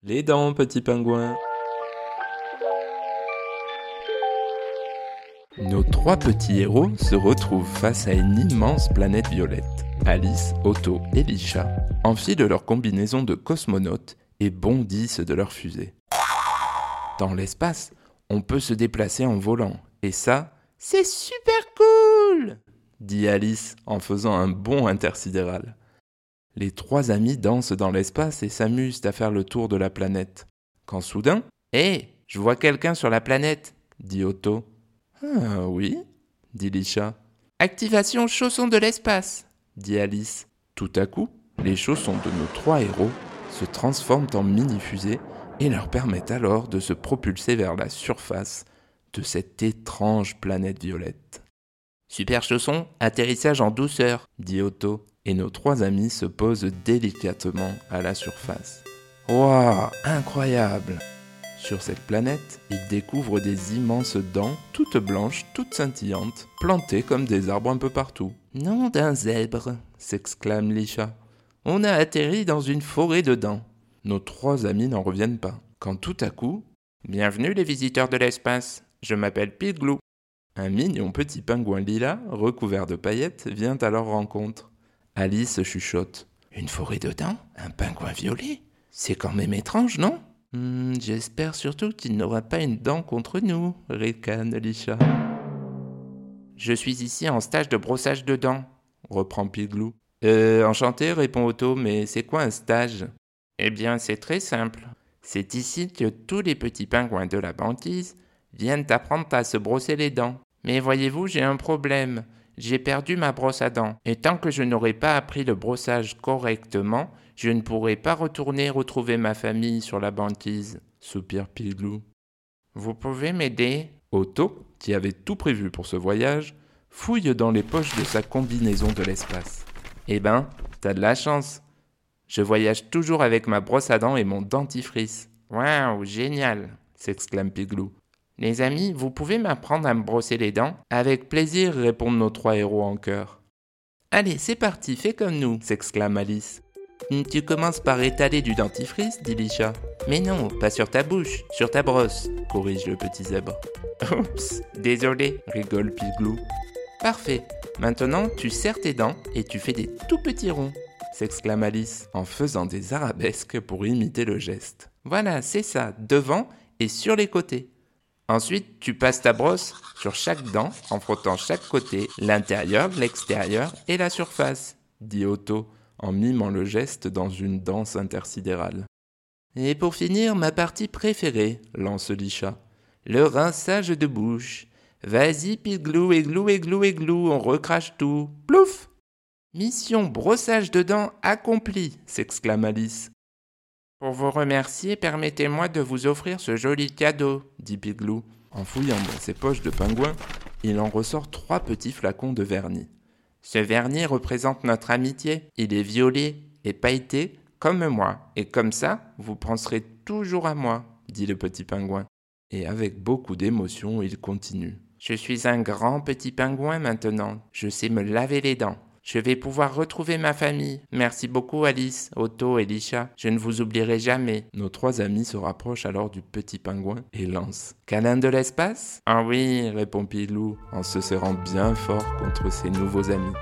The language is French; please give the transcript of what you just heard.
Les dents, petit pingouin. Nos trois petits héros se retrouvent face à une immense planète violette. Alice, Otto et Lisha enfilent leur combinaison de cosmonautes et bondissent de leur fusée. Dans l'espace, on peut se déplacer en volant. Et ça, c'est super cool, dit Alice en faisant un bond intersidéral. Les trois amis dansent dans l'espace et s'amusent à faire le tour de la planète. Quand soudain, « Hé, je vois quelqu'un sur la planète !» dit Otto. « Ah oui ?» dit Lisha. « Activation chaussons de l'espace !» dit Alice. Tout à coup, les chaussons de nos trois héros se transforment en mini-fusées et leur permettent alors de se propulser vers la surface de cette étrange planète violette. « Super chaussons, atterrissage en douceur !» dit Otto. Et nos trois amis se posent délicatement à la surface. Waouh, incroyable! Sur cette planète, ils découvrent des immenses dents, toutes blanches, toutes scintillantes, plantées comme des arbres un peu partout. « Nom d'un zèbre !» s'exclame Lisha. « On a atterri dans une forêt de dents. » Nos trois amis n'en reviennent pas. Quand tout à coup, « Bienvenue les visiteurs de l'espace, je m'appelle Piglou. » Un mignon petit pingouin lilas, recouvert de paillettes, vient à leur rencontre. Alice chuchote. « Une forêt de dents ? Un pingouin violet ? C'est quand même étrange, non ?»« J'espère surtout qu'il n'aura pas une dent contre nous, » ricane Lisha. « Je suis ici en stage de brossage de dents, » reprend Piglou. « Enchanté, répond Otto, mais c'est quoi un stage ?»« Eh bien, c'est très simple. C'est ici que tous les petits pingouins de la banquise viennent apprendre à se brosser les dents. Mais voyez-vous, j'ai un problème. J'ai perdu ma brosse à dents, et tant que je n'aurai pas appris le brossage correctement, je ne pourrai pas retourner retrouver ma famille sur la banquise, soupire Piglou. Vous pouvez m'aider ? Otto, qui avait tout prévu pour ce voyage, fouille dans les poches de sa combinaison de l'espace. Eh ben, t'as de la chance. Je voyage toujours avec ma brosse à dents et mon dentifrice. Waouh, génial, s'exclame Piglou. Les amis, vous pouvez m'apprendre à me brosser les dents ? Avec plaisir, répondent nos trois héros en chœur. Allez, c'est parti, fais comme nous, s'exclame Alice. Tu commences par étaler du dentifrice, dit Lisha. Mais non, pas sur ta bouche, sur ta brosse, corrige le petit zèbre. Oups, désolé, rigole Piglou. Parfait, maintenant tu serres tes dents et tu fais des tout petits ronds, s'exclame Alice en faisant des arabesques pour imiter le geste. Voilà, c'est ça, devant et sur les côtés. Ensuite, tu passes ta brosse sur chaque dent en frottant chaque côté, l'intérieur, l'extérieur et la surface, dit Otto en mimant le geste dans une danse intersidérale. Et pour finir, ma partie préférée, lance Lisha, le rinçage de bouche. Vas-y, Piglou, églou, églou, églou, on recrache tout. Plouf ! Mission brossage de dents accomplie, s'exclame Alice. Pour vous remercier, permettez-moi de vous offrir ce joli cadeau, dit Piglou. En fouillant dans ses poches de pingouin, il en ressort 3 petits flacons de vernis. Ce vernis représente notre amitié. Il est violet et pailleté comme moi. Et comme ça, vous penserez toujours à moi, dit le petit pingouin. Et avec beaucoup d'émotion, il continue. Je suis un grand petit pingouin maintenant. Je sais me laver les dents. Je vais pouvoir retrouver ma famille. Merci beaucoup Alice, Otto et Lisha. Je ne vous oublierai jamais. Nos 3 amis se rapprochent alors du petit pingouin et lancent. Câlin de l'espace ? Ah oui, répond Pilou en se serrant bien fort contre ses nouveaux amis.